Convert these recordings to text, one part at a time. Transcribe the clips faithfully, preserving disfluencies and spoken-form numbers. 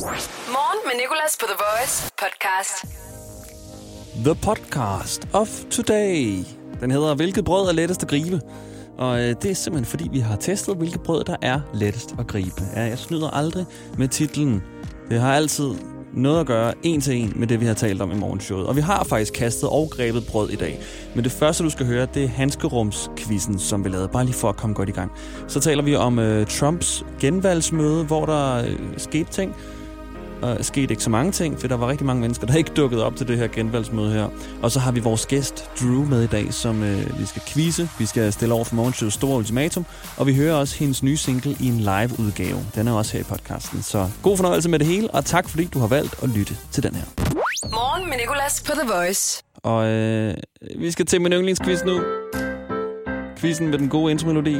Morgen med Nicolas på The Voice podcast. The podcast of today. Den hedder Hvilket brød er lettest at gribe? Og øh, det er simpelthen fordi, vi har testet, hvilket brød der er lettest at gribe. Ja, jeg snyder aldrig med titlen. Det har altid noget at gøre en til en med det, vi har talt om i morgenshowet. Og vi har faktisk kastet og grebet brød i dag. Men det første, du skal høre, det er handskerums-quizzen, som vi lavede. Bare lige for at komme godt i gang. Så taler vi om øh, Trumps genvalgsmøde, hvor der øh, skete ting. Og skete ikke så mange ting, for der var rigtig mange mennesker, der ikke dukkede op til det her genvalgsmøde her. Og så har vi vores gæst Drew med i dag, som øh, vi skal quizze. Vi skal stille over for morgenshowets store ultimatum. Og vi hører også hendes nye single i en live-udgave. Den er også her i podcasten. Så god fornøjelse med det hele, og tak fordi du har valgt at lytte til den her. Morgen med Nicolas på The Voice. Og øh, vi skal til min yndlingsquiz nu. Quizzen med den gode intromelodi.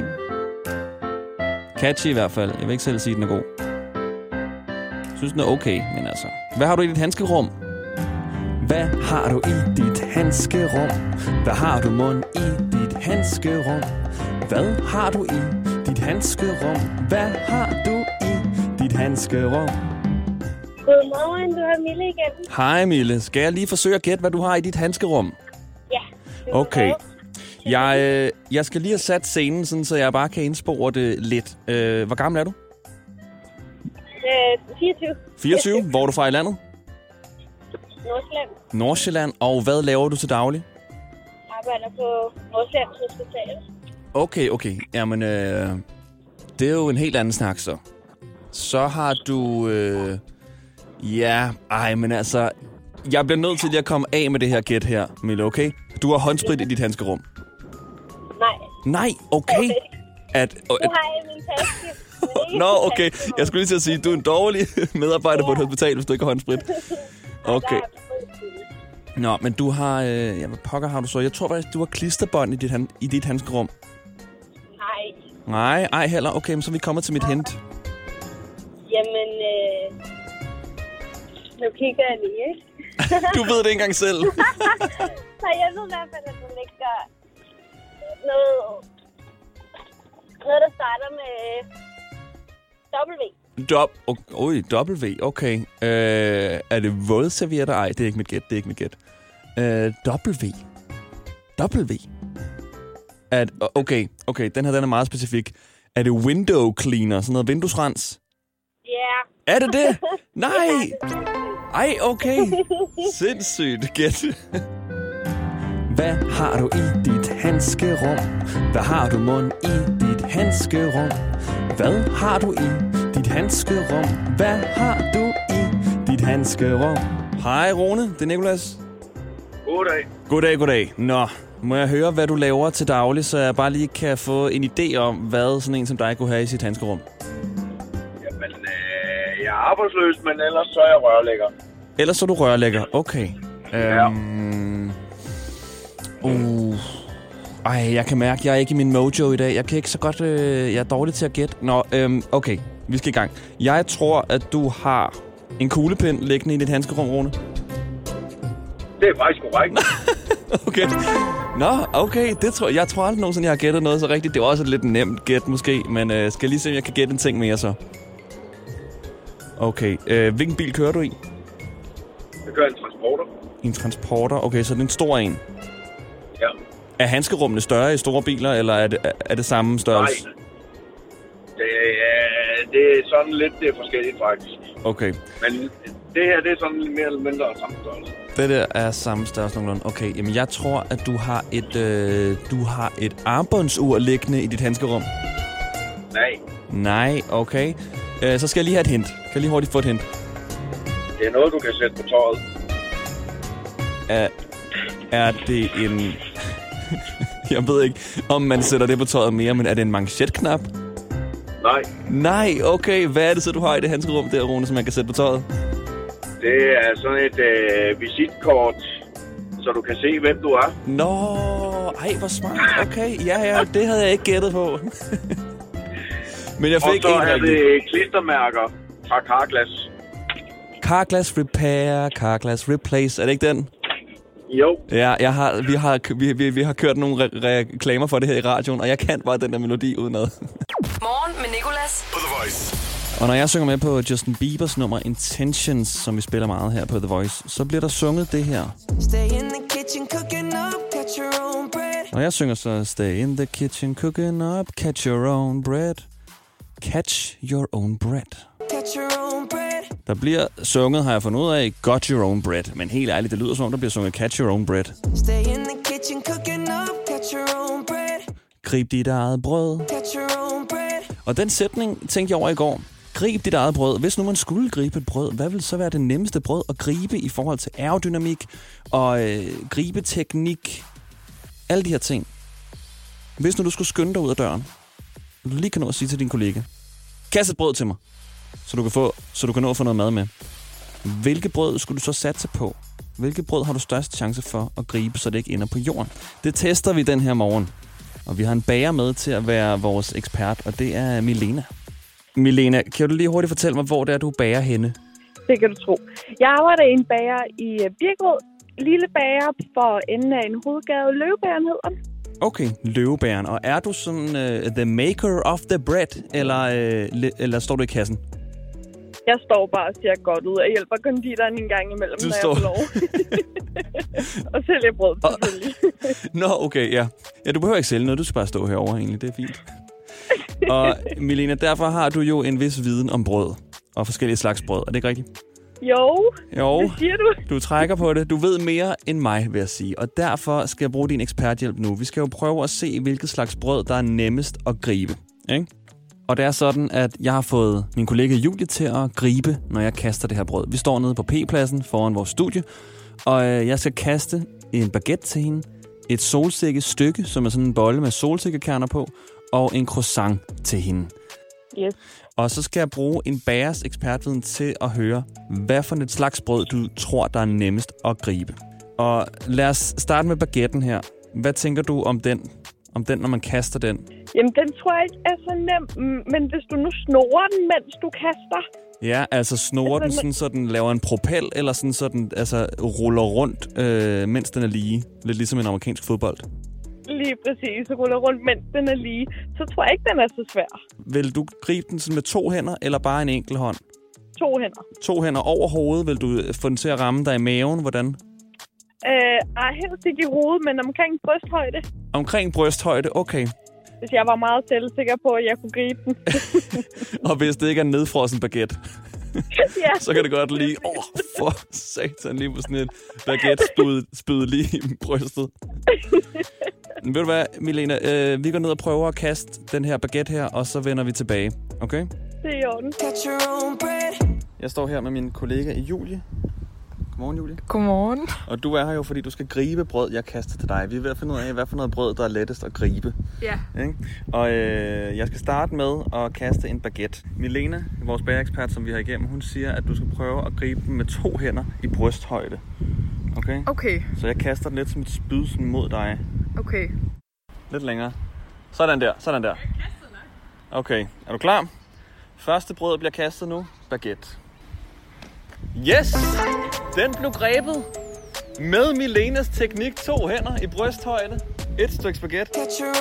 Catchy i hvert fald. Jeg vil ikke selv sige, at den er god. Jeg synes, den er okay, men altså. Hvad har du i dit handskerum? Hvad har du i dit handskerum? Hvad har du mund i dit handskerum? Hvad har du i dit handskerum? Hvad har du i dit handskerum? Godmorgen, du har Mille igen. Hej Mille. Skal jeg lige forsøge at gætte, hvad du har i dit handskerum? Ja. Okay. Jeg, øh, jeg skal lige have sat scenen, sådan, så jeg bare kan indspore det lidt. Øh, hvor gammel er du? fireogtyve. fireogtyve? Hvor er du fra i landet? Nordsjælland. Nordsjælland. Og hvad laver du til daglig? Arbejder på Nordsjællands Hospital. Okay, okay. Jamen, øh, det er jo en helt anden snak, så. Så har du... Øh, ja, ej, men altså... Jeg bliver nødt til lige at komme af med det her gæt her, Mille, okay? Du har håndsprit i dit handskerum. Nej. Nej, okay. At, Det at, har jeg i min taske. Nå, okay. Jeg skulle lige til at sige, at du er en dårlig medarbejder på et hospital, hvis du ikke har håndsprit. Okay. Nå, men du har... Øh, ja, hvad pokker har du så? Jeg tror faktisk, du har klisterbånd i dit, hand, i dit handskerum. Nej. Nej, ej heller. Okay, men så er vi kommet til mit hint. Jamen, øh... nu kigger jeg lige, ikke? Du ved det ikke engang selv. Nej, jeg ved i hvert fald, at du ligger noget... Noget, der starter med W. Dob, oj, W, okay. Øh, er det vådservietter? Ej, det er ikke mit gæt, det er ikke mit gæt. Øh, W. W. At, okay, okay, den her den er meget specifik. Er det window cleaner, sådan noget vinduesrens? Ja. Yeah. Er det det? Nej! Ej, okay. Sindssygt gæt. Hvad har du i dit handskerum? Hvad har du mund i dit handskerum? Hvad har du i dit handskerum? Hvad har du i dit handskerum? Hej Rune, det er Nicolas. Goddag. Goddag, goddag. Nå, må jeg høre, hvad du laver til daglig, så jeg bare lige kan få en idé om, hvad sådan en som dig kunne have i sit handskerum? Jamen, øh, jeg er arbejdsløs, men ellers så er jeg rørlægger. Ellers så er du rørlægger, okay. Ja. Øhm, uh, ej, jeg kan mærke, at jeg er ikke i min mojo i dag. Jeg kan ikke så godt... Øh, jeg er dårlig til at gætte. Nå, øhm, okay. Vi skal i gang. Jeg tror, at du har en kuglepind liggende i dit handskerum, Rune. Det er faktisk korrekt. Okay. Nå, okay. Det tror, jeg tror aldrig nogensinde, jeg har gættet noget så rigtigt. Det er også et lidt nemt gæt måske. Men øh, skal jeg lige se, om jeg kan gætte en ting mere så. Okay. Øh, hvilken bil kører du i? Jeg kører en transporter. En transporter. Okay, så det er en stor en. Ja. Er handskerummene større i store biler, eller er det, er det samme størrelse? Nej. Det er, det er sådan lidt det er forskelligt, faktisk. Okay. Men det her, det er sådan lidt mere eller mindre samme størrelse. Det der er samme størrelse nogenlunde. Okay, jamen jeg tror, at du har et, øh, du har et armbåndsur liggende i dit handskerum. Nej. Nej, okay. Øh, så skal jeg lige have et hint. Kan jeg lige hurtigt få et hint? Det er noget, du kan sætte på tøjet. Er, er det en... jeg ved ikke, om man sætter det på tøjet mere, men er det en manchetknap? Nej. Nej, okay. Hvad er det så, du har i det handskerum der, Rune, som man kan sætte på tøjet? Det er sådan et øh, visitkort, så du kan se, hvem du er. Nå, ej, hvor smart. Okay, ja, ja, det havde jeg ikke gættet på. Men jeg fik og så en er rigtig. det klistermærker fra Carglass. Carglass Repair, Carglass Replace. Er det ikke den? Jo. Ja, jeg har, vi, har, vi, vi, vi har kørt nogle re- reklamer for det her i radioen, og jeg kan bare den der melodi udenad. Morgen med Nicolas på The Voice. Og når jeg synger med på Justin Biebers nummer Intentions, som vi spiller meget her på The Voice, så bliver der sunget det her. Når jeg synger så Stay in the kitchen, cooking up, catch your own bread. Catch your own bread. Der bliver sunget, har jeg fundet ud af, got your own bread. Men helt ærligt, det lyder som om, der bliver sunget catch your own bread. Stay in the kitchen, cooking up, catch your own bread. Grib dit eget brød. Catch your own bread. Og den sætning tænkte jeg over i går. Grib dit eget brød. Hvis nu man skulle gribe et brød, hvad vil så være det nemmeste brød at gribe i forhold til aerodynamik og øh, gribeteknik? Alle de her ting. Hvis nu du skulle skynde dig ud af døren, og du lige kan nå at sige til din kollega, kast et brød til mig, så du kan, få, så du kan nå at få noget mad med. Hvilket brød skulle du så satse på? Hvilket brød har du størst chance for at gribe, så det ikke ender på jorden? Det tester vi den her morgen. Og vi har en bager med til at være vores ekspert, og det er Milena. Milena, kan du lige hurtigt fortælle mig, hvor det er, du bager henne? Det kan du tro. Jeg arbejder i en bager i Birkerød. Lille bager for enden af en hovedgade. Løvebageren hedder den. Okay, Løvebageren. Og er du sådan uh, the maker of the bread, eller, uh, eller står du i kassen? Jeg står bare og ser godt ud og hjælper konditoren en gang imellem, du når står... jeg får lov. Og sælger brød, selvfølgelig. Nå, okay, ja. Ja, du behøver ikke sælge noget, du skal bare stå herovre egentlig, det er fint. Og Milena, derfor har du jo en vis viden om brød og forskellige slags brød, er det ikke rigtigt? Jo, jo, det siger du. Du trækker på det. Du ved mere end mig, vil jeg sige. Og derfor skal jeg bruge din eksperthjælp nu. Vi skal jo prøve at se, hvilket slags brød, der er nemmest at gribe. Ikke? Og det er sådan, at jeg har fået min kollega Julie til at gribe, når jeg kaster det her brød. Vi står nede på P-pladsen foran vores studie, og jeg skal kaste en baguette til hende, et solsikkestykke, som er sådan en bolle med solsikkekerner på, og en croissant til hende. Yes. Og så skal jeg bruge en bagers ekspertviden til at høre, hvad for et slags brød, du tror, der er nemmest at gribe. Og lad os starte med baguetten her. Hvad tænker du om den, om den når man kaster den? Jamen, den tror jeg ikke er så nem, men hvis du nu snorer den, mens du kaster... Ja, altså snorer den sådan, så den laver en propel, eller sådan, så den altså, ruller rundt, øh, mens den er lige. Lidt ligesom en amerikansk fodbold. Lige præcis, så ruller rundt, mens den er lige. Så tror jeg ikke, den er så svær. Vil du gribe den sådan med to hænder, eller bare en enkelt hånd? To hænder. To hænder over hovedet. Vil du få den til at ramme dig i maven? Hvordan? Øh, ej, helst ikke i hovedet, men omkring brysthøjde. Omkring brysthøjde, okay. Hvis jeg var meget selvsikker på, at jeg kunne gribe den. Og hvis det ikke er en nedfrossen baguette, ja. så kan det godt lige... Åh, oh, for satan, lige på sådan et baguette-spyd lige i brystet. Ved du hvad, Milena? Øh, vi går ned og prøver at kaste den her baguette her, og så vender vi tilbage. Okay? Det er i orden. Jeg står her med min kollega Julie. Godmorgen, Julie. Godmorgen. Og du er her jo, fordi du skal gribe brød, jeg kaster til dig. Vi er ved at finde ud af, hvad for noget brød, der er lettest at gribe. Ja. Ikke? Og øh, jeg skal starte med at kaste en baguette. Milena, vores bagerekspert, som vi har igennem, hun siger, at du skal prøve at gribe den med to hænder i brysthøjde. Okay? Okay. Så jeg kaster den lidt som et spyd sådan mod dig. Okay. Lidt længere. Sådan der, sådan der. Okay, er du klar? Første brød bliver kastet nu. Baguette. Yes! Den blev grebet med Milenas teknik. To hænder i brysthøjde. Et stykke baguette.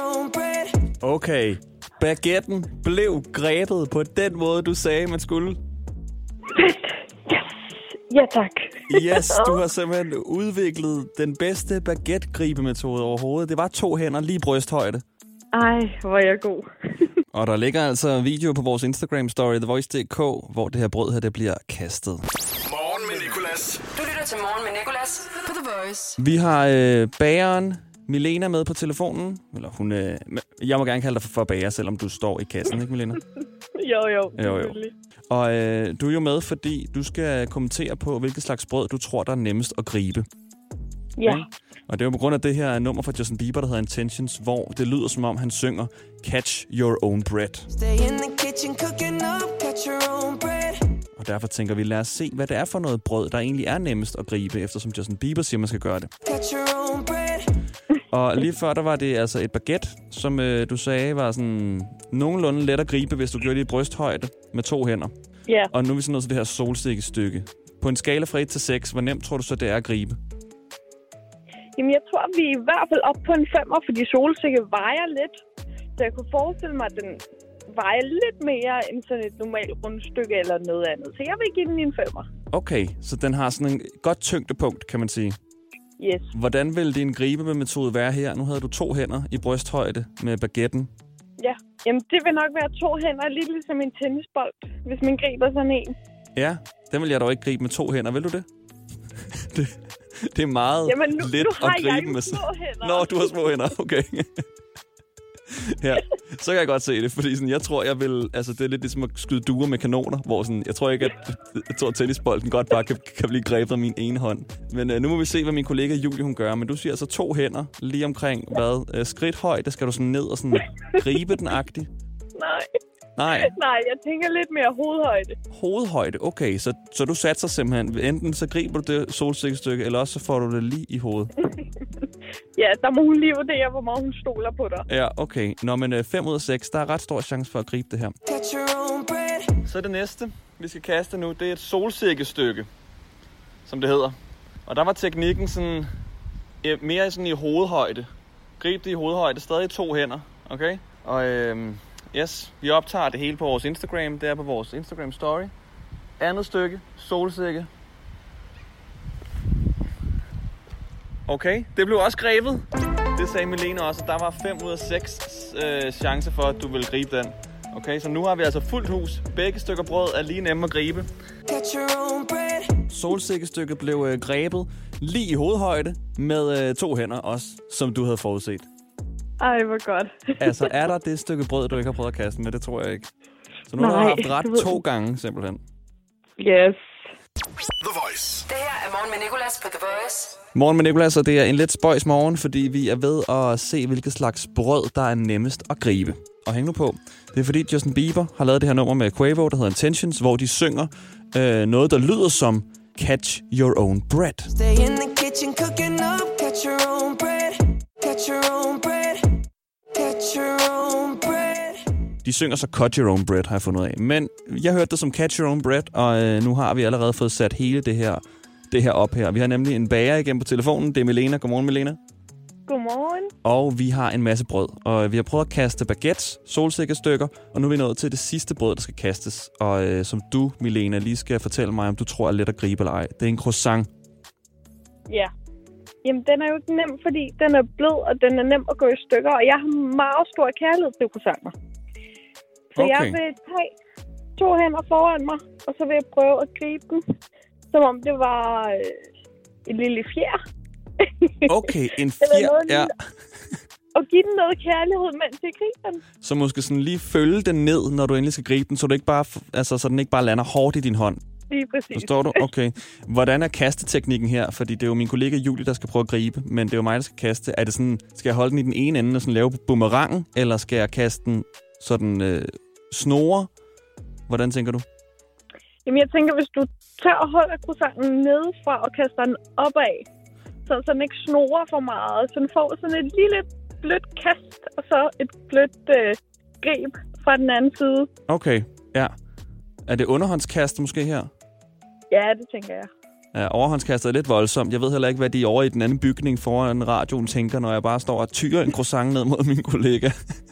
Okay. Baguetten blev grebet på den måde, du sagde, man skulle. Yes! Ja, tak. Yes, du har simpelthen udviklet den bedste baguette-gribemetode overhovedet. Det var to hænder lige i brysthøjde. Ej, hvor er jeg god. Og der ligger altså video på vores Instagram-story, the voice punktum d k, hvor det her brød her, det bliver kastet. Morgen med Nicolas. Du lytter til Morgen med Nicolas på The Voice. Vi har øh, bageren Milena med på telefonen. Eller hun, øh, jeg må gerne kalde dig for, for bager, selvom du står i kassen, ikke Milena? jo, jo. Jo, jo. Og øh, du er jo med, fordi du skal kommentere på, hvilket slags brød, du tror, der er nemmest at gribe. Ja. Okay? Og det er jo på grund af det her nummer fra Justin Bieber, der hedder Intentions, hvor det lyder som om, han synger Catch Your Own Bread. Stay in the kitchen, cooking up, catch your own bread. Og derfor tænker vi, lad os se, hvad det er for noget brød, der egentlig er nemmest at gribe, eftersom Justin Bieber siger, man skal gøre det. Catch your own bread. Og lige før, der var det altså et baguette, som øh, du sagde var sådan nogenlunde let at gribe, hvis du gjorde det i brysthøjde med to hænder. Ja. Yeah. Og nu er vi så nået til det her solsikkestykke. På en skala fra et til seks, hvor nemt tror du så, det er at gribe? Jamen, jeg tror, vi er i hvert fald op på en femmer, fordi solsikke vejer lidt. Så jeg kunne forestille mig, at den vejer lidt mere end sådan et normalt rundstykke eller noget andet. Så jeg vil give den en femmer. Okay, så den har sådan en godt tyngdepunkt, kan man sige. Yes. Hvordan vil din gribemetode være her? Nu havde du to hænder i brysthøjde med baguetten. Ja, jamen det vil nok være to hænder, lidt ligesom en tennisbold, hvis man griber sådan en. Ja, den vil jeg dog ikke gribe med to hænder. Vil du det? det, det er meget jamen, nu, let nu at gribe med. Små hænder. Nå, du har små hænder, okay. Ja, så kan jeg godt se det, fordi sådan, jeg tror, jeg vil... Altså, det er lidt ligesom at skyde duer med kanoner, hvor sådan, jeg tror ikke, at, jeg tror, at tennisbolden godt bare kan, kan blive grebet af min ene hånd. Men øh, nu må vi se, hvad min kollega Julie, hun gør. Men du siger altså to hænder, lige omkring, hvad? Øh, skridthøjde, skal du sådan ned og sådan gribe den-agtigt? Nej. Nej. Nej, jeg tænker lidt mere hovedhøjde. Hovedhøjde, okay. Så, så du satser simpelthen. Enten så griber du det solsikkestykke, eller også så får du det lige i hovedet. Ja, der må hun lige vurdere, hvor meget hun stoler på dig. Ja, okay. Nå, men fem ud af seks, der er ret stor chance for at gribe det her. Så det næste, vi skal kaste nu, det er et solsikkestykke, som det hedder. Og der var teknikken sådan, mere sådan i hovedhøjde. Grib det i hovedhøjde, stadig to hænder, okay? Og øhm, yes, vi optager det hele på vores Instagram, det er på vores Instagram story. Andet stykke, solsikke. Okay, det blev også grebet. Det sagde Milena også, at der var fem ud af seks øh, chancer for, at du ville gribe den. Okay, så nu har vi altså fuldt hus. Begge stykker brød er lige nemme at gribe. Solsikkestykket blev øh, grebet lige i hovedhøjde med øh, to hænder også, som du havde forudset. Ej, hvor godt. Altså, er der det stykke brød, du ikke har prøvet at kaste med? Det tror jeg ikke. Så nu Nej, har du haft ret to gange, simpelthen. Yes. The Voice. Det her er Morgen med Nicolas på The Voice. Morgen med Nicolas, og det er en lidt spøjs morgen, fordi vi er ved at se, hvilket slags brød, der er nemmest at gribe. Og hæng nu på. Det er fordi Justin Bieber har lavet det her nummer med Quavo, der hedder Intentions, hvor de synger øh, noget, der lyder som Catch Your Own Bread. Stay in the kitchen cooking up, catch your own bread, catch your own bread, catch your own bread. De synger så Cut Your Own Bread, har jeg fundet af. Men jeg hørte det som Catch Your Own Bread, og øh, nu har vi allerede fået sat hele det her, det her op her. Vi har nemlig en bager igen på telefonen. Det er Milena. Godmorgen, Milena. Godmorgen. Og vi har en masse brød. Og vi har prøvet at kaste baguettes, solsikkestykker, og nu er vi nået til det sidste brød, der skal kastes. Og øh, som du, Milena, lige skal fortælle mig, om du tror er let at gribe eller ej. Det er en croissant. Ja. Jamen, den er jo ikke nem, fordi den er blød, og den er nem at gå i stykker. Og jeg har meget stor kærlighed til croissanter. Så okay. Jeg vil tage to hænder foran mig, og så vil jeg prøve at gribe den, som om det var øh, en lille fjer. Okay, en fjer, ja. Og give den noget kærlighed, mens jeg griber den. Så måske sådan lige følge den ned, når du endelig skal gribe den, så, du ikke bare, altså, så den ikke bare lander hårdt i din hånd. Lige præcis. Forstår du? Okay. Hvordan er kasteteknikken her? Fordi det er jo min kollega Julie, der skal prøve at gribe, men det er jo mig, der skal kaste. Er det sådan, skal jeg holde den i den ene ende og sådan lave boomerangen, eller skal jeg kaste den sådan øh, snore? Hvordan tænker du? Jamen, jeg tænker, hvis du tager og holder croissanten nedefra og kaster den opad, så, så den ikke snorer for meget, så den får sådan et lille blødt kast, og så et blødt øh, greb fra den anden side. Okay, ja. Er det underhåndskast måske her? Ja, det tænker jeg. Ja, overhåndskastet er lidt voldsomt. Jeg ved heller ikke, hvad de over i den anden bygning foran radioen tænker, når jeg bare står og tyrer en croissant ned mod min kollega.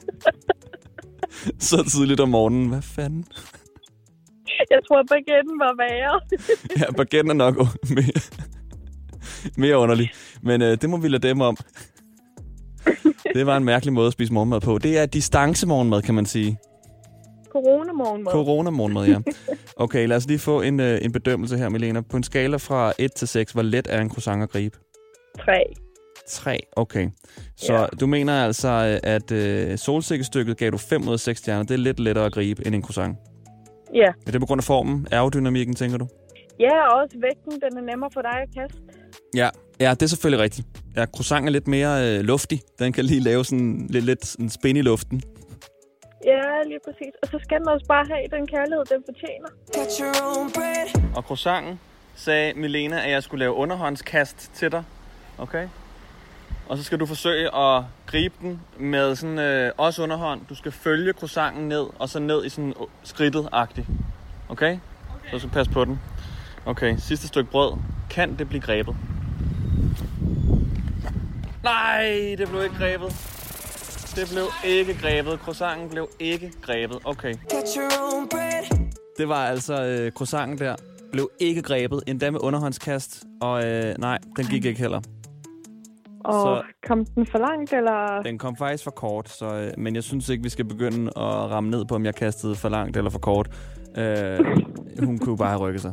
Så tidligt om morgenen. Hvad fanden? Jeg tror, baguetten var værre. Ja, baguetten er nok mere, mere underlig. Men øh, det må vi lade dem om. Det var en mærkelig måde at spise morgenmad på. Det er distancemorgenmad, kan man sige. Corona-morgenmad. Corona-morgenmad, ja. Okay, lad os lige få en, øh, en bedømmelse her, Milena. På en skala fra et til seks, hvor let er en croissant at gribe? tre. tre, okay. Så ja. Du mener altså, at øh, solsikkestykket gav du fem ud af seks stjerner. Det er lidt lettere at gribe end en croissant? Ja. Er det på grund af formen? Aerodynamikken, tænker du? Ja, og også vægten. Den er nemmere for dig at kaste. Ja, ja, det er selvfølgelig rigtigt. Ja, croissant er lidt mere øh, luftig. Den kan lige lave sådan lidt, lidt sådan spin i luften. Ja, lige præcis. Og så skal den også bare have den kærlighed, den fortjener. Og croissanten sagde Milena, at jeg skulle lave underhåndskast til dig. Okay? Og så skal du forsøge at gribe den med sådan øh, også underhånd. Du skal følge croissanten ned, og så ned i sådan skridtet-agtigt. Okay? Okay? Så du skal passe på den. Okay, sidste stykke brød. Kan det blive grebet? Nej, det blev ikke grebet. Det blev ikke grebet. Croissanten blev ikke grebet. Okay. Det var altså øh, croissanten der. Blev ikke grebet. Endda med underhåndskast. Og øh, nej, den gik ikke heller. Og så, kom den for langt, eller? Den kom faktisk for kort. Så, øh, men jeg synes ikke, vi skal begynde at ramme ned på, om jeg kastede for langt eller for kort. Øh, hun kunne bare have rykket sig.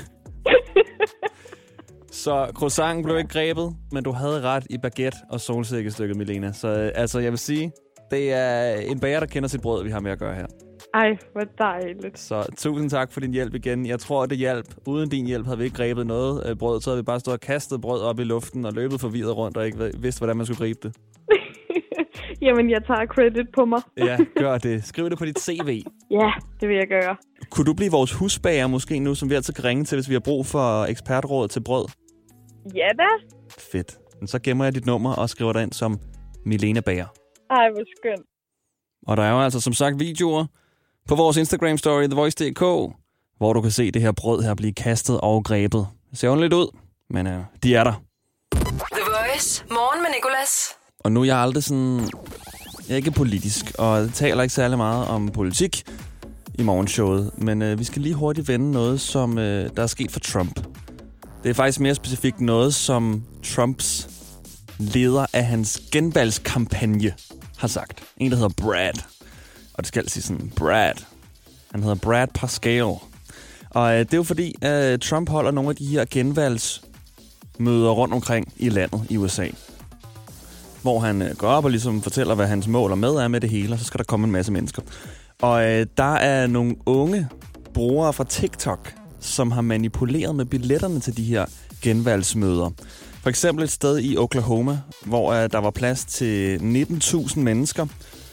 Så croissanten blev ikke grebet, men du havde ret i baguette og solsikkestykket, Milena. Så øh, altså, jeg vil sige, det er en bager, der kender sit brød, vi har med at gøre her. Ej, hvor dejligt. Så tusind tak for din hjælp igen. Jeg tror, det hjalp. Uden din hjælp havde vi ikke grebet noget øh, brød. Så havde vi bare stået og kastet brød op i luften og løbet forvirret rundt og ikke vidste, hvordan man skulle gribe det. Jamen, jeg tager credit på mig. Ja, gør det. Skriv det på dit C V. Ja, det vil jeg gøre. Kunne du blive vores husbager måske nu, som vi altid kan ringe til, hvis vi har brug for ekspertråd til brød? Ja da. Fedt. Men så gemmer jeg dit nummer og skriver dig ind som Milena Bager. Ej, hvor skønt. Og der er jo altså som sagt videoer på vores Instagram-story, the voice punktum d k, hvor du kan se det her brød her blive kastet og grebet. Det ser underligt ud, men øh, de er der. The Voice. Morgen med Nicolas. Og nu er jeg aldrig sådan... Jeg er ikke politisk, og jeg taler ikke særlig meget om politik i morgenshowet. Men øh, vi skal lige hurtigt vende noget, som øh, der er sket for Trump. Det er faktisk mere specifikt noget, som Trumps leder af hans genvalgskampagne har sagt. En, der hedder Brad. Og det skal altså sige sådan, Brad. Han hedder Brad Parscale. Og øh, det er jo fordi, at øh, Trump holder nogle af de her genvalgsmøder rundt omkring i landet i U S A. Hvor han øh, går op og ligesom fortæller, hvad hans mål og med er med det hele, og så skal der komme en masse mennesker. Og øh, der er nogle unge brugere fra TikTok, som har manipuleret med billetterne til de her genvalgsmøder. For eksempel et sted i Oklahoma, hvor øh, der var plads til nitten tusind mennesker.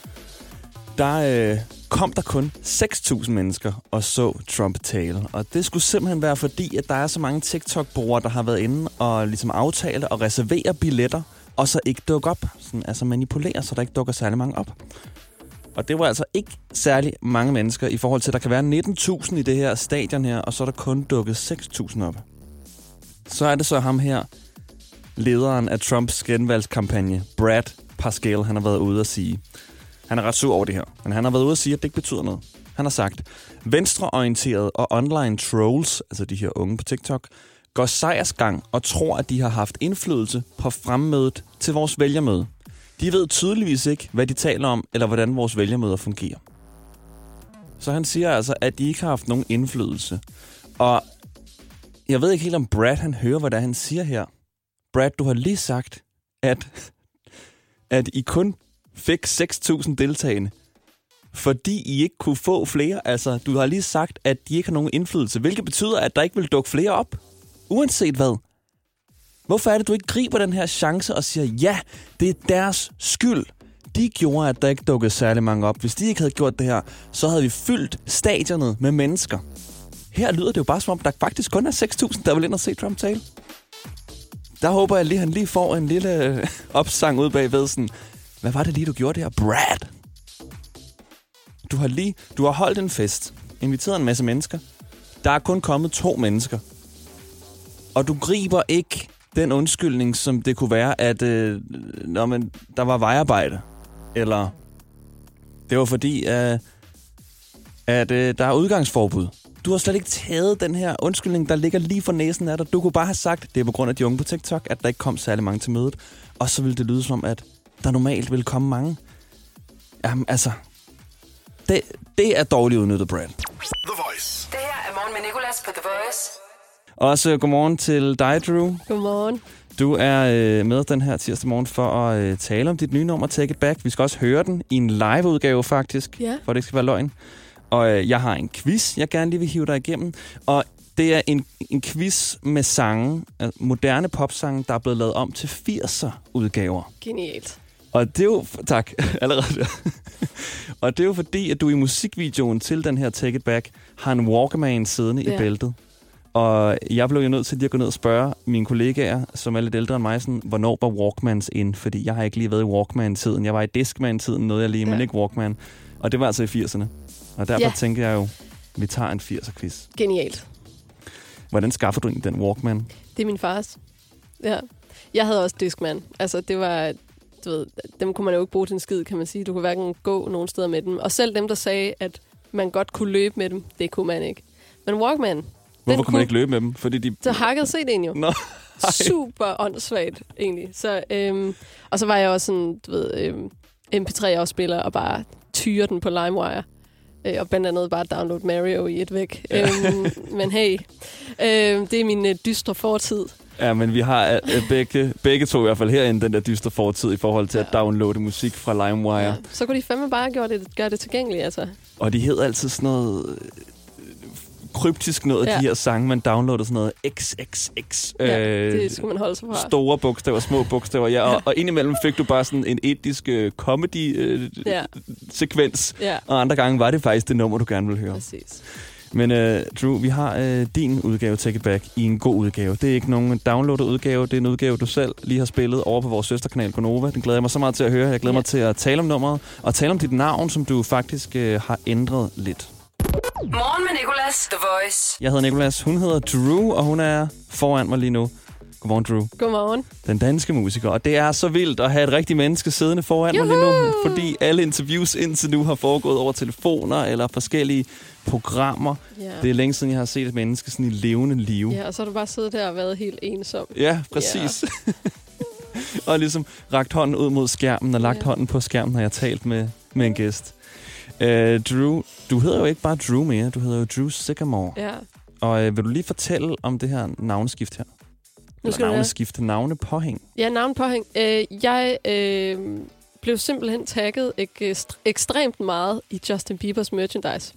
Der øh, kom der kun seks tusind mennesker og så Trump tale. Og det skulle simpelthen være fordi, at der er så mange TikTok-brugere, der har været inde og ligesom aftale og reservere billetter, og så ikke dukke op. Sådan, altså manipulere, så der ikke dukker særlig mange op. Og det var altså ikke særlig mange mennesker i forhold til, at der kan være nitten tusind i det her stadion her, og så er der kun dukket seks tusind op. Så er det så ham her, lederen af Trumps genvalgskampagne, Brad Parscale, han har været ude at sige. Han er ret sur over det her, men han har været ude at sige, at det ikke betyder noget. Han har sagt, venstreorienterede og online trolls, altså de her unge på TikTok, går sejrsgang og tror, at de har haft indflydelse på fremmødet til vores vælgermøde. De ved tydeligvis ikke, hvad de taler om, eller hvordan vores vælgermøder fungerer. Så han siger altså, at de ikke har haft nogen indflydelse. Og jeg ved ikke helt, om Brad han hører, hvad der han siger her. Brad, du har lige sagt, at, at I kun fik seks tusind deltagende, fordi I ikke kunne få flere. Altså, du har lige sagt, at de ikke har nogen indflydelse, hvilket betyder, at der ikke vil dukke flere op. Uanset hvad. Hvorfor er det, du ikke griber den her chance og siger, ja, det er deres skyld. De gjorde, at der ikke dukkede særlig mange op. Hvis de ikke havde gjort det her, så havde vi fyldt stadionet med mennesker. Her lyder det jo bare som om, der faktisk kun er seks tusind, der vil ind og se Trump tale. Der håber jeg lige, han lige får en lille opsang ud bagved. Sådan, hvad var det lige, du gjorde der, Brad? Du har lige, du har holdt en fest, inviteret en masse mennesker. Der er kun kommet to mennesker. Og du griber ikke den undskyldning, som det kunne være, at øh, når man, der var vejarbejde. Eller det var fordi, øh, at øh, der er udgangsforbud. Du har slet ikke taget den her undskyldning, der ligger lige for næsen af dig. Du kunne bare have sagt, det er på grund af de unge på TikTok, at der ikke kom særlig mange til mødet. Og så ville det lyde som, at der normalt ville komme mange. Jamen altså, det, det er dårligt udnyttet, Brad. The Voice. Det her er Morgen med Nicolas på The Voice. Også godmorgen til dig, Drew. Godmorgen. Du er øh, med den her tirsdag morgen for at øh, tale om dit nye nummer, Take It Back. Vi skal også høre den i en live-udgave, faktisk, ja. For det ikke skal være løgn. Og øh, jeg har en quiz, jeg gerne lige vil hive dig igennem. Og det er en, en quiz med sange, altså moderne popsange, der er blevet lavet om til firser-udgaver. Genialt. Og det er jo... Tak, allerede der. Og det er jo fordi, at du i musikvideoen til den her Take It Back har en Walkman siddende ja. i bæltet. Og jeg blev jo nødt til lige at gå ned og spørge mine kollegaer, som er lidt ældre end mig, sådan, hvornår var Walkmans ind? Fordi jeg har ikke lige været i Walkman-tiden. Jeg var i Discman-tiden, nåede jeg lige, ja. men ikke Walkman. Og det var altså i firserne. Og derfor ja. tænker jeg jo, vi tager en firser-quiz. Genialt. Hvordan skaffer du den Walkman? Det er min fars. Ja. Jeg havde også Discman. Altså, det var du ved, dem kunne man jo ikke bruge til en skid, kan man sige. Du kunne hverken gå nogen steder med dem. Og selv dem, der sagde, at man godt kunne løbe med dem, det kunne man ikke. Men Walkman... Hvorfor kunne man ikke løbe med dem? Fordi de... Så hakkede C D'en jo. Nå. Super åndssvagt, egentlig. Så, øhm, og så var jeg også sådan, du ved, øhm, M P tre-afspiller og bare tyre den på LimeWire. Øh, og blandt andet bare download Mario i et væk. Ja. Øhm, men hey, øhm, det er min øh, dystre fortid. Ja, men vi har øh, begge, begge to i hvert fald herinde den der dystre fortid i forhold til ja. at downloade musik fra LimeWire. Ja. Så kunne de fandme bare gøre det, gøre det tilgængeligt, altså. Og de hed altid sådan noget... kryptisk noget af ja. de her sange, man downloadede sådan noget X X X. Ja, øh, det skulle man holde sig fra. Store bogstaver, små bogstaver, ja. Og, og indimellem fik du bare sådan en etisk uh, comedy-sekvens. Uh, ja. Ja. Og andre gange var det faktisk det nummer, du gerne ville høre. Præcis. Men uh, Drew, vi har uh, din udgave, Take It Back, i en god udgave. Det er ikke nogen downloadet udgave, det er en udgave, du selv lige har spillet over på vores søsterkanal Gonova. Den glæder jeg mig så meget til at høre. Jeg glæder ja. mig til at tale om nummeret, og tale om dit navn, som du faktisk uh, har ændret lidt. Morgen med Nicolas, The Voice. Jeg hedder Nicolas, hun hedder Drew, og hun er foran mig lige nu. Godmorgen, Drew. Godmorgen. Den danske musiker. Og det er så vildt at have et rigtigt menneske siddende foran Juhu! mig lige nu, fordi alle interviews indtil nu har foregået over telefoner eller forskellige programmer. Yeah. Det er længe siden, jeg har set et menneske sådan i levende liv. Ja, og så har du bare siddet der og været helt ensom. Ja, præcis. Yeah. Og ligesom rakt hånden ud mod skærmen og lagt yeah. hånden på skærmen, når jeg har talt med, med en gæst. Uh, Drew, du hedder jo ikke bare Drew mere, du hedder jo Drew Sycamore. Ja. Og uh, vil du lige fortælle om det her navneskift her? Nu skal navneskift, navnepåhæng. Ja, navnepåhæng. Uh, jeg uh, blev simpelthen tagget ek- ekstremt meget i Justin Biebers merchandise.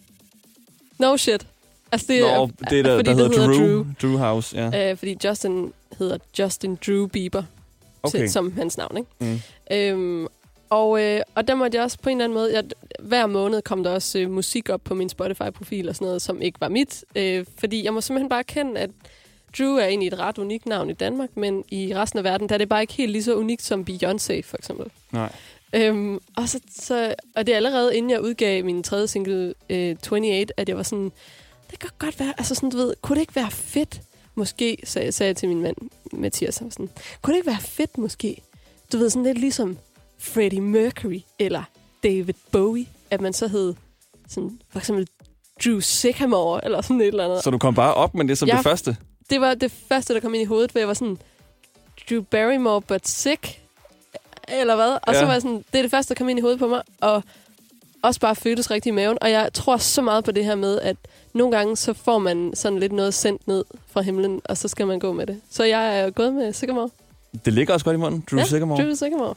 No shit. Altså, det, Nå, er, det er der, fordi der hedder, det hedder Drew. Drew. Drew House, ja. Uh, fordi Justin hedder Justin Drew Bieber, okay. til, som hans navn, ikke? Mm. Um, Og, øh, og der måtte jeg også på en eller anden måde... Jeg, hver måned kom der også øh, musik op på min Spotify-profil og sådan noget, som ikke var mit. Øh, fordi jeg må simpelthen bare erkende, at Drew er egentlig et ret unikt navn i Danmark, men i resten af verden, der er det bare ikke helt lige så unikt som Beyoncé, for eksempel. Nej. Øhm, og, så, så, og det er allerede, inden jeg udgav min tredje single, øh, otteogtyve, at jeg var sådan... Det kan godt være... Altså sådan, du ved, kunne det ikke være fedt? Måske, sagde, sagde jeg til min mand, Mathias, sådan, kunne det ikke være fedt, måske? Du ved, sådan lidt ligesom... Freddie Mercury eller David Bowie, at man så hed sådan, for eksempel Drew Sycamore eller sådan et eller andet. Så du kom bare op med det som ja, det første? Det var det første, der kom ind i hovedet, hvor jeg var sådan, Drew Barrymore but sick, eller hvad? Og ja. så var jeg sådan, det er det første, der kom ind i hovedet på mig, og også bare føltes rigtig i maven. Og jeg tror så meget på det her med, at nogle gange så får man sådan lidt noget sendt ned fra himlen, og så skal man gå med det. Så jeg er gået med Sycamore. Det ligger også godt i munden, Drew ja, Sycamore. Drew Sycamore.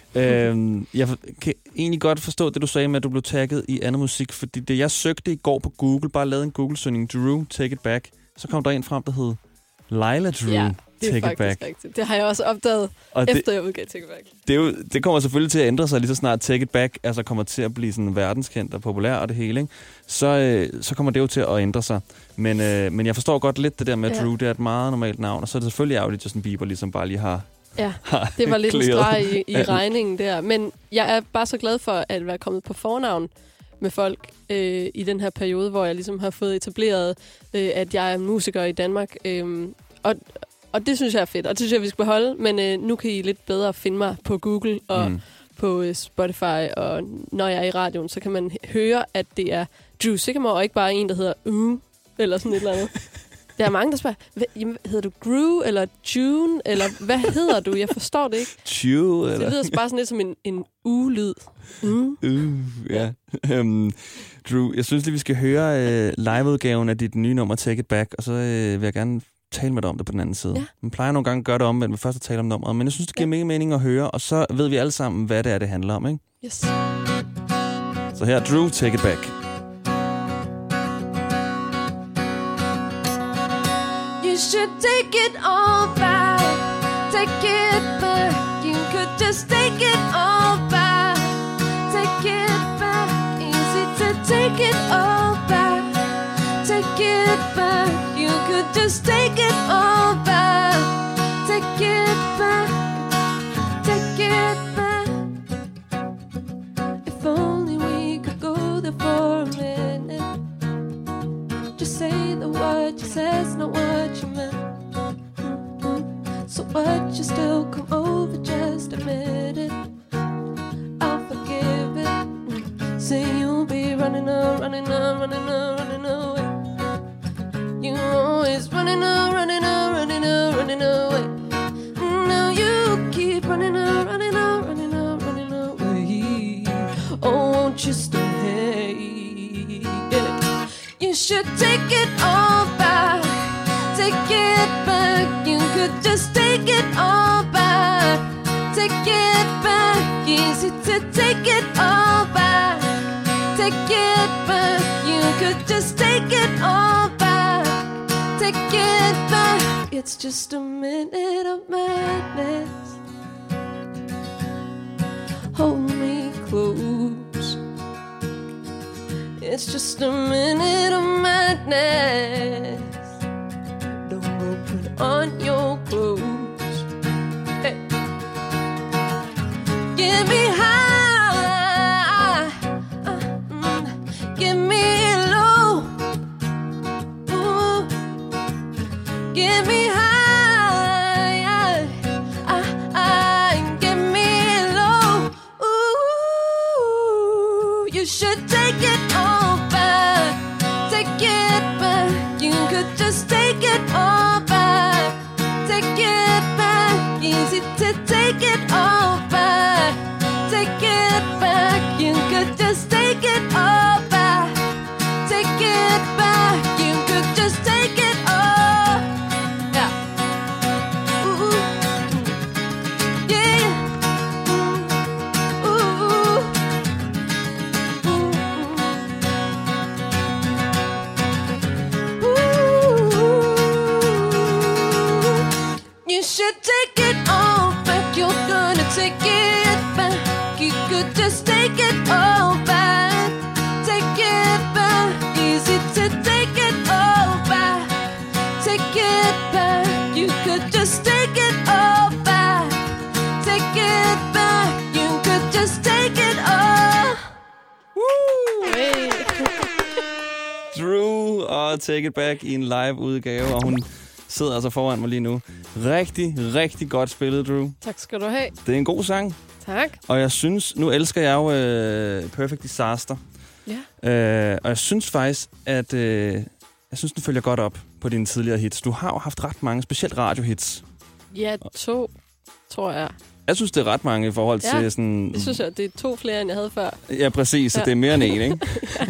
Øhm, jeg kan egentlig godt forstå det, du sagde med, at du blev tagget i andet musik, fordi det, jeg søgte i går på Google, bare lavede en Google-søgning, Drew, Take It Back, så kom der en frem, der hed Lila Drew, ja, det Take er It Back. Rigtigt. Det har jeg også opdaget, og efter det, jeg udgav Take It Back. Det, er jo, det kommer selvfølgelig til at ændre sig lige så snart Take It Back altså kommer til at blive sådan verdenskendt og populær og det hele, ikke? Så, øh, så kommer det jo til at ændre sig. Men, øh, men jeg forstår godt lidt det der med, at ja. Drew, det er et meget normalt navn, og så er det selvfølgelig ærgerligt, at Justin Bieber ligesom bare lige har Ja, det var lidt en streg i, i regningen der. Men jeg er bare så glad for at være kommet på fornavn med folk øh, i den her periode, hvor jeg ligesom har fået etableret, øh, at jeg er musiker i Danmark. Øh, og, og det synes jeg er fedt, og det synes jeg, vi skal beholde. Men øh, nu kan I lidt bedre finde mig på Google og mm. på øh, Spotify, og når jeg er i radioen, så kan man høre, at det er Drew Sycamore, og ikke bare en, der hedder Uh, eller sådan et eller andet. Der er mange, der spørger, jamen, hedder du Gru, eller June, eller hvad hedder du? Jeg forstår det ikke. Chew, eller? Det lyder bare sådan lidt som en, en u-lyd. Mm. Uh, ja. um, Drew, jeg synes lige, vi skal høre uh, liveudgaven af dit nye nummer, Take It Back, og så uh, vil jeg gerne tale med dig om det på den anden side. Ja. Man plejer nogle gange at gøre det om, men vi først at tale om nummeret, men jeg synes, det giver ja. mega mening at høre, og så ved vi alle sammen, hvad det er, det handler om, ikke? Yes. Så her, Drew, Take It Back. You should take it all back, take it back. You could just take it all back, take it back. Easy to take it all back, take it back. You could just take it all back, take it back, take it back. If only we could go there for a minute. Just say the word you said's not what you meant. So what, you still come over, just admit it. take it all back. Take it back. You could just take it all back. Take it back. Easy to take it all back. Take it back. You could just take it all back. Take it back. It's just a minute of madness. Hold me close. It's just a minute of madness. Don't go put on your clothes. Hey. Get me high. Uh, mm. Get me low. Ooh. Get me high. I, I, get me low. Ooh. You should take it all back. Take it back. You could just take it all back. Take it back. Easy to take it all back. Take it back. You could just take it all back. Take it back. You could just take it all. Yeah. Ooh. Yeah. Ooh. Ooh. You should take it all back. You're gonna take it back. You could just take it all back. Take it back. Easy to take it all back. Take it back. You could just take it all back. Take it back. You could just take it all. Hey. Drew og Take It Back i en live-udgave, og hun sidder altså foran mig lige nu. Rigtig, rigtig godt spillet, Drew. Tak skal du have. Det er en god sang. Tak. Og jeg synes, nu elsker jeg jo uh, Perfect Disaster. Ja. Uh, og jeg synes faktisk, at uh, jeg synes, den følger godt op på dine tidligere hits. Du har jo haft ret mange, specielt radiohits. Ja, to, tror jeg. Jeg synes, det er ret mange i forhold Ja, til sådan... Det synes jeg, det er to flere, end jeg havde før. Ja, præcis. Så Ja. det er mere end en, ikke?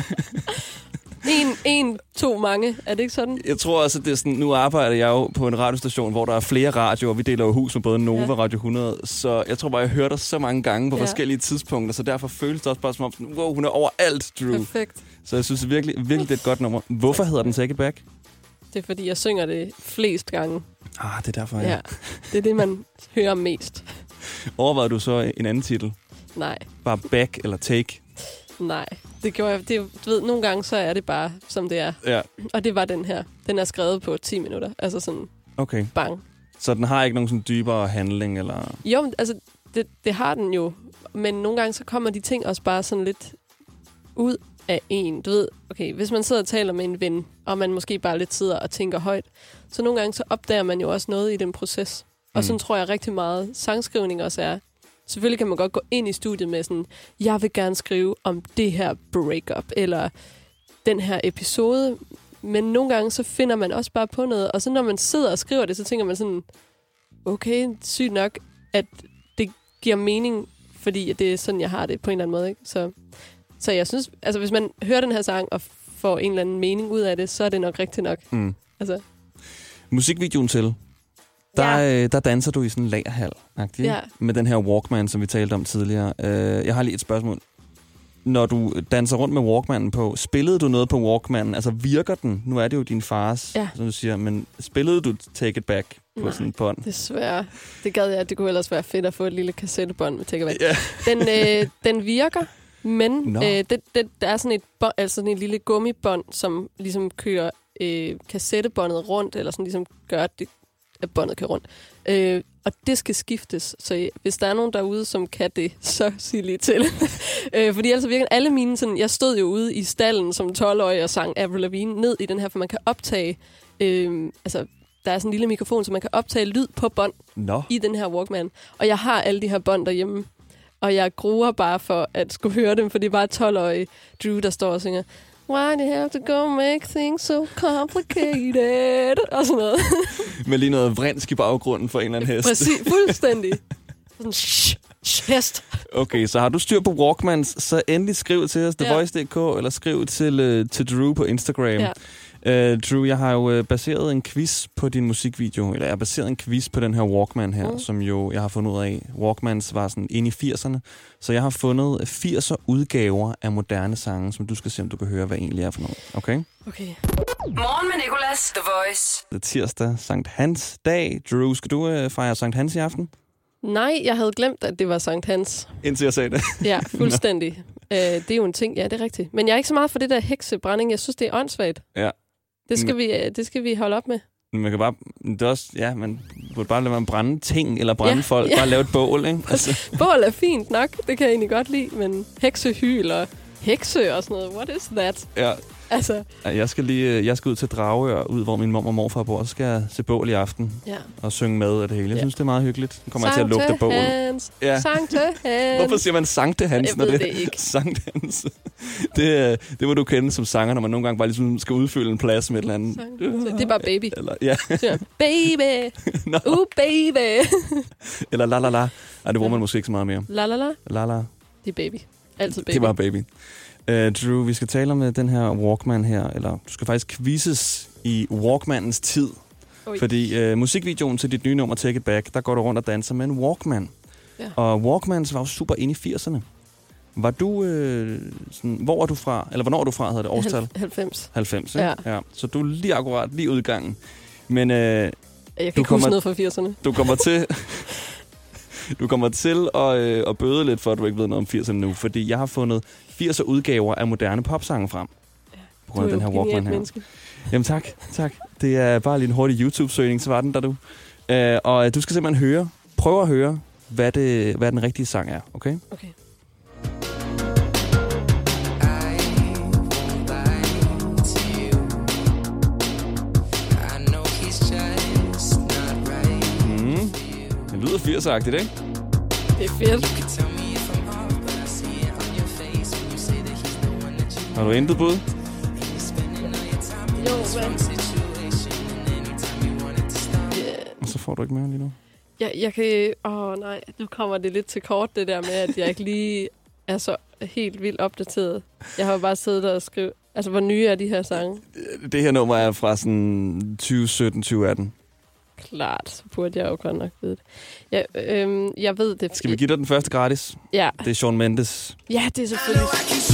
En, en, to mange. Er det ikke sådan? Jeg tror også, at det er sådan... Nu arbejder jeg jo på en radiostation, hvor der er flere radioer. Vi deler jo hus med både Nova og Ja. Radio hundrede. Så jeg tror bare, jeg hørte dig så mange gange på Ja. forskellige tidspunkter. Så derfor føles det også bare som om, sådan, wow, hun er overalt, Drew. Perfekt. Så jeg synes virkelig, virkelig, det er et godt nummer. Hvorfor hedder den Take It Back? Det er, fordi jeg synger det flest gange. Ah, det er derfor, ja. Ja. Det er det, man hører mest. Overvejede du så en anden titel? Nej, Bare Back eller Take? nej. Det gjorde jeg. Det, du ved, nogle gange så er det bare, som det er. Ja, Og det var den her. Den er skrevet på ti minutter. Altså sådan, okay. bang. Så den har ikke nogen sådan dybere handling, eller... Jo, men altså, det, det har den jo. Men nogle gange så kommer de ting også bare sådan lidt ud af en. Du ved, okay, hvis man sidder og taler med en ven, og man måske bare lidt sidder og tænker højt, så nogle gange så opdager man jo også noget i den proces. Og sådan Mm. tror jeg rigtig meget, sangskrivning også er. Selvfølgelig kan man godt gå ind i studiet med sådan, jeg vil gerne skrive om det her breakup, eller den her episode. Men nogle gange så finder man også bare på noget, og så når man sidder og skriver det, så tænker man sådan, okay, sygt nok, at det giver mening, fordi det er sådan, jeg har det på en eller anden måde. Ikke? Så, så jeg synes, altså hvis man hører den her sang og får en eller anden mening ud af det, så er det nok rigtigt nok. Mm. Altså, Musikvideoen til, der, Ja. øh, der danser du i sådan en lagerhal, Ja. med den her Walkman, som vi talte om tidligere. Øh, jeg har lige et spørgsmål. Når du danser rundt med Walkmanen på, spillede du noget på Walkmanen? Altså virker den? Nu er det jo din fars, Ja. som du siger, men spillede du Take It Back på Nej. sådan en bånd? desværre. Det gad jeg. Det kunne ellers være fedt at få et lille kassettebånd med Take It Back. Ja. Den, øh, den virker, men Nå. øh, det, det, der er sådan et, bånd, altså sådan et lille gummibånd, som ligesom kører øh, kassettebåndet rundt, eller sådan ligesom gør, at, det, at båndet kører rundt. Øh, og det skal skiftes, så hvis der er nogen derude, som kan det, så sig lige til. øh, fordi ellers virker alle mine sådan, jeg stod jo ude i stallen som tolv-årig og sang Avril Lavigne ned i den her, for man kan optage, øh, altså der er sådan en lille mikrofon, så man kan optage lyd på bånd Nå. i den her Walkman. Og jeg har alle de her bånd derhjemme. Og jeg gruer bare for at skulle høre dem, for det er bare tolv-årige Drew, der står og synger Why do you have to go make things so complicated? Og sådan noget. Med lige noget vrinsk i baggrunden for en eller anden hest. Præcis, fuldstændig. Sådan, shh, shh, hest. Okay, så har du styr på Walkmans, så endelig skriv til os, Ja. The Voice punktum d k, eller skriv til, uh, til Drew på Instagram. Ja. Uh, Drew, jeg har jo uh, baseret en quiz på din musikvideo, eller jeg har baseret en quiz på den her Walkman her, mm. som jo jeg har fundet ud af. Walkmans var sådan inde i firserne, så jeg har fundet firser udgaver af moderne sange, som du skal se, om du kan høre, hvad egentlig er for noget. Okay? Okay. Morgen med Nicolas, The Voice. Det er tirsdag, Sankt Hans dag. Drew, skal du uh, fejre Sankt Hans i aften? Nej, jeg havde glemt, at det var Sankt Hans. Indtil jeg sagde det. Ja, fuldstændig. uh, det er jo en ting, ja, det er rigtigt. Men jeg er ikke så meget for det der heksebrænding. Jeg synes, det er åndssvagt. Ja. Det skal, vi, det skal vi holde op med. Man kan bare, det er også, ja, man burde bare lade man brænde ting, eller brænde ja, folk, ja. bare lave et bål, ikke? Altså. Bål er fint nok, det kan jeg egentlig godt lide, men heksehyl og hekse og sådan noget, what is that? Ja. Altså. Jeg skal lige, jeg skal ud til Dragør, ud hvor min mor og morfar bor, så skal jeg se bål i aften. Ja. Og synge med af det hele. Jeg ja. synes, det er meget hyggeligt. Nu kommer jeg til at lugte bål. Hans. Ja. Sankte Hans. Hvorfor siger man Sankte Hans? Jeg ved det, det ikke. Sankte Hans. Det, det må du kende som sanger, når man nogle gange bare ligesom skal udfylde en plads med et eller andet. Sankte. Det er bare baby. Eller, ja. Baby. no. Uh, baby. Eller la la la. Ej, det bruger man måske ikke så meget mere. La la la. La la. Det er baby. Altid baby. Det var baby. Uh, Drew, vi skal tale om uh, den her Walkman her, eller du skal faktisk quizzes i Walkmanens tid. Oi. Fordi uh, musikvideoen til dit nye nummer Take It Back, der går du rundt og danser med en Walkman. Ja. Og Walkmans var jo super inde i firserne. Var du, uh, sådan, hvor er du fra, eller hvornår er du fra, hedder det årstal? halvfems. halvfems, ikke? Ja. Ja. Så du er lige akkurat, lige udgangen. Men uh, jeg kan du ikke kommer, huske noget fra firserne. Du kommer til... Du kommer til at, øh, at bøde lidt for, at du ikke ved noget om firserne nu, fordi jeg har fundet firser udgaver af moderne popsange frem. Ja, på grund af den her Walkman her. Menneske. Jamen tak, tak. Det er bare lige en hurtig YouTube-søgning, så var den der, du. Øh, og du skal simpelthen høre, prøve at høre, hvad, det, hvad den rigtige sang er, okay? Okay. Det lyder firsagtigt, ikke? Det er fedt. Har du intet bud? Jo, men... Yeah. Og så får du ikke mere lige nu. Jeg, jeg kan... Åh, oh, nej. Nu kommer det lidt til kort, det der med, at jeg ikke lige er så helt vildt opdateret. Jeg har bare siddet og skrevet... Altså, hvor nye er de her sange? Det her nummer er fra sådan tyve sytten til tyve atten. Klart, så burde jeg jo godt nok vide det. Jeg, øhm, jeg ved det. Skal vi give dig den første gratis? Ja. Det er Shawn Mendes. Ja, det er selvfølgelig.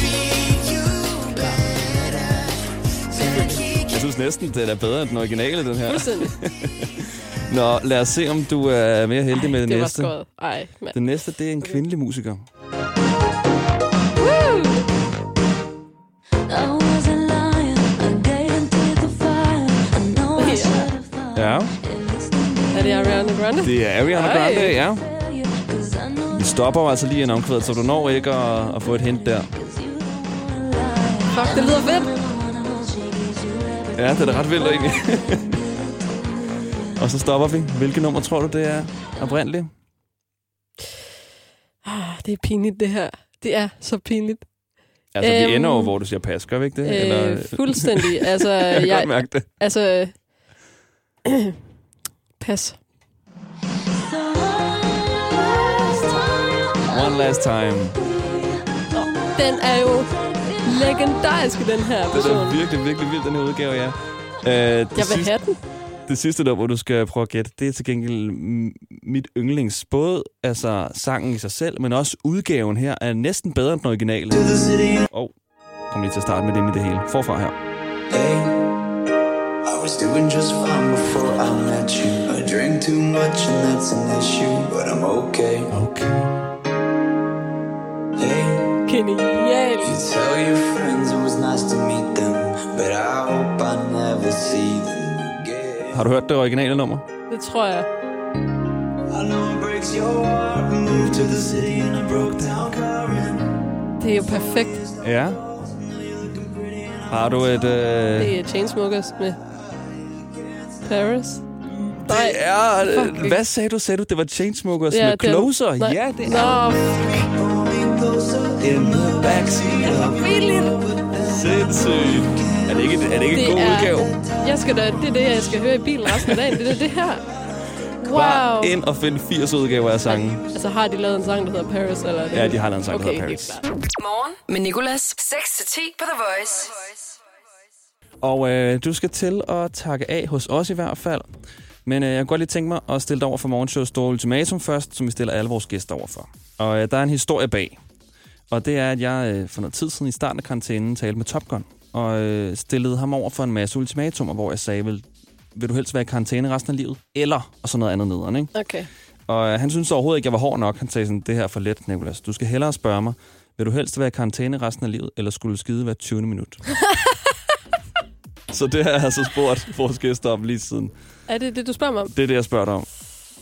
Jeg synes næsten, det er bedre end den originale, den her. Fuldstændig. Nå, lad os se, om du er mere heldig Ej, med det, det næste. Var Ej, mand. Den næste, det er en kvindelig musiker. Woo! Ja. Er det Ariana Grande? Det er Ariana Ej. Grande, ja. Vi stopper jo altså lige en omkvædet, så du når ikke at, at få et hint der. Fuck, det lyder fedt. Ja, det er da ret vildt egentlig. Og så stopper vi. Hvilket nummer tror du, det er oprindeligt? Ah, det er pinligt, det her. Det er så pinligt. Altså, Æm... vi ender over, hvor du siger pas. Gør vi ikke det? Øh, Eller... Fuldstændig. Altså, jeg kan jeg, godt mærke det. Altså... pas. One Last Time. Oh, den er jo legendarisk i den her version. Det er virkelig, virkelig vild, den her udgave, ja. Uh, jeg vil sidste, have den. Det sidste nummer, du skal prøve at gætte, det er til gengæld mit yndlings. Både altså, sangen i sig selv, men også udgaven her er næsten bedre end den originale. Og oh, kom lige til at starte med det med det hele. Forfra her. Hey. I was doing just fine before I met you. I drink too much and that's an issue, but I'm okay. Okay. Hey. Genial. You tell your friends it was nice to meet them, but I hope I never see them again. Har du hørt det originale nummer? Det tror jeg. I know it breaks your heart. We moved to the city in a broke down car and Det er jo perfekt. Ja. Har du et... Øh... Det er Chainsmokers med Paris. Det er... Fuck. Hvad sagde du? Sagde du, det var Chainsmokers ja, med Closer? Er... Ja, det Nå. er... In the backseat of... Sindssygt. Er det ikke, er det ikke det en god er... udgave? Jeg skal da, det er det, jeg skal høre i bilen resten af dagen. Det er det her. Wow. Bare ind og finde firs udgaver af sangen. Altså, har de lavet en sang, der hedder Paris? Eller det? Ja, de har lavet en sang, okay, der hedder Paris. Morgen med Nicolas. seks til ti på The Voice. Og øh, du skal til at takke af hos os i hvert fald. Men øh, jeg kunne godt lige tænke mig at stille dig over for morgenshowets store ultimatum først, som vi stiller alle vores gæster over for. Og øh, der er en historie bag. Og det er, at jeg øh, for noget tid siden i starten af karantænen talte med Top Gun. Og øh, stillede ham over for en masse ultimatumer, hvor jeg sagde, vil, vil du helst være i karantæne resten af livet? Eller, og så noget andet nederen, ikke? Okay. Og øh, han synes overhovedet ikke, jeg var hård nok. Han sagde sådan, det her er for let, Nicolas. Du skal hellere spørge mig, vil du helst være i karantæne resten af livet, eller skulle du skide hver tyvende minut? Så det har jeg altså spurgt vores gæster om lige siden. Er det det, du spørger mig om? Det er det, jeg spørger dig om.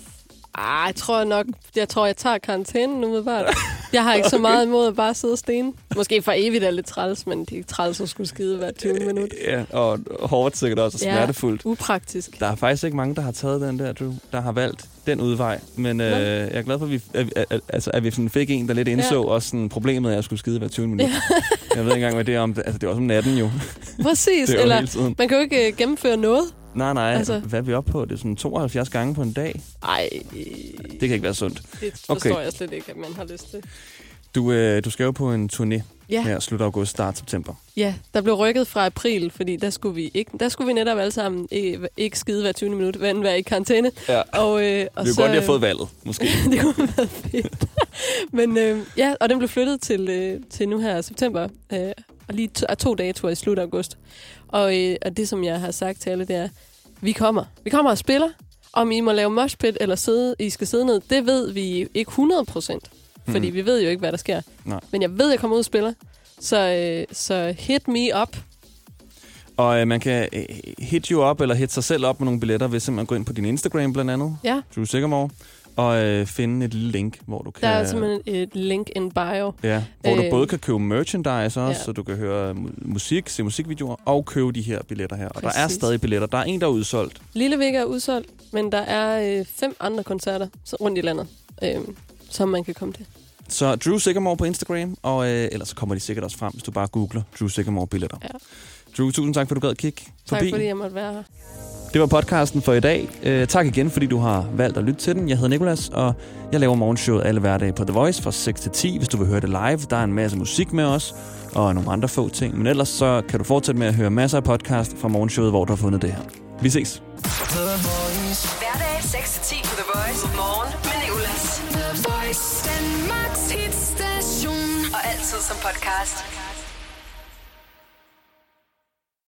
Ah, jeg tror nok, jeg tror, jeg tager karantænen umiddelbart. Jeg har ikke okay. så meget imod at bare sidde og stene. Måske for evigt er lidt træls, men det er ikke træls at skulle skide hver tyvende minut. Ja, og hårdt sikkert også, og smertefuldt. Ja, upraktisk. Der er faktisk ikke mange, der har taget den der, du, der har valgt den udvej. Men øh, jeg er glad for, at vi, at, at, altså, at vi sådan fik en, der lidt indså ja. også sådan, problemet af, at jeg skulle skide hver tyvende minut. Ja. Jeg ved ikke engang, hvad det er om. Altså, det er også om natten jo. Præcis, eller man kan jo ikke uh, gennemføre noget. Nej, nej. Altså, hvad er vi oppe på? Det er sådan tooghalvfjerds gange på en dag. Ej. Det kan ikke være sundt. Det forstår okay. jeg slet ikke, at man har lyst til. Du, øh, du skal jo på en turné ja. her slut august, start september. Ja, der blev rykket fra april, fordi der skulle vi ikke, der skulle vi netop alle sammen ikke, ikke skide hver tyvende minut, men være i karantæne. Ja. Og, øh, og vi så, kunne godt lige have fået valget, måske. Det kunne have været fedt. Men øh, ja, og den blev flyttet til, øh, til nu her september, øh, og lige to, to datoer i slut august. Og, øh, og det, som jeg har sagt til alle, det er, vi kommer. Vi kommer og spiller. Om I må lave moshpit eller sidde, I skal sidde ned, det ved vi ikke hundrede procent. Fordi mm. vi ved jo ikke, hvad der sker. Nej. Men jeg ved, at jeg kommer ud og spiller. Så, øh, så hit me up. Og øh, man kan øh, hit you up, eller hit sig selv op med nogle billetter, hvis man går ind på din Instagram blandt andet. Ja. Drew Sigamore. Og øh, finde et lille link, hvor du kan... Der er simpelthen et link in bio. Ja, hvor øh, du både kan købe merchandise også, ja. så du kan høre musik, se musikvideoer, og købe de her billetter her. Præcis. Og der er stadig billetter. Der er en, der er udsolgt. Lille Vægge er udsolgt, men der er øh, fem andre koncerter rundt i landet, øh, som man kan komme til. Så Drew Sigamore på Instagram, og øh, ellers så kommer de sikkert også frem, hvis du bare googler Drew Sigamore billetter. Ja. Drew, tusind tak, for du gad kigge forbi. Tak, fordi jeg måtte være her. Det var podcasten for i dag. Uh, tak igen, fordi du har valgt at lytte til den. Jeg hedder Nicolas, og jeg laver morgenshowet alle hverdage på The Voice fra seks til ti, hvis du vil høre det live. Der er en masse musik med os, og nogle andre få ting. Men ellers så kan du fortsætte med at høre masser af podcast fra morgenshowet, hvor du har fundet det her. Vi ses. Hverdag seks til ti på The Voice. Morgen med Nicolas. The Voice. Danmarks hitstation. Og altid som podcast.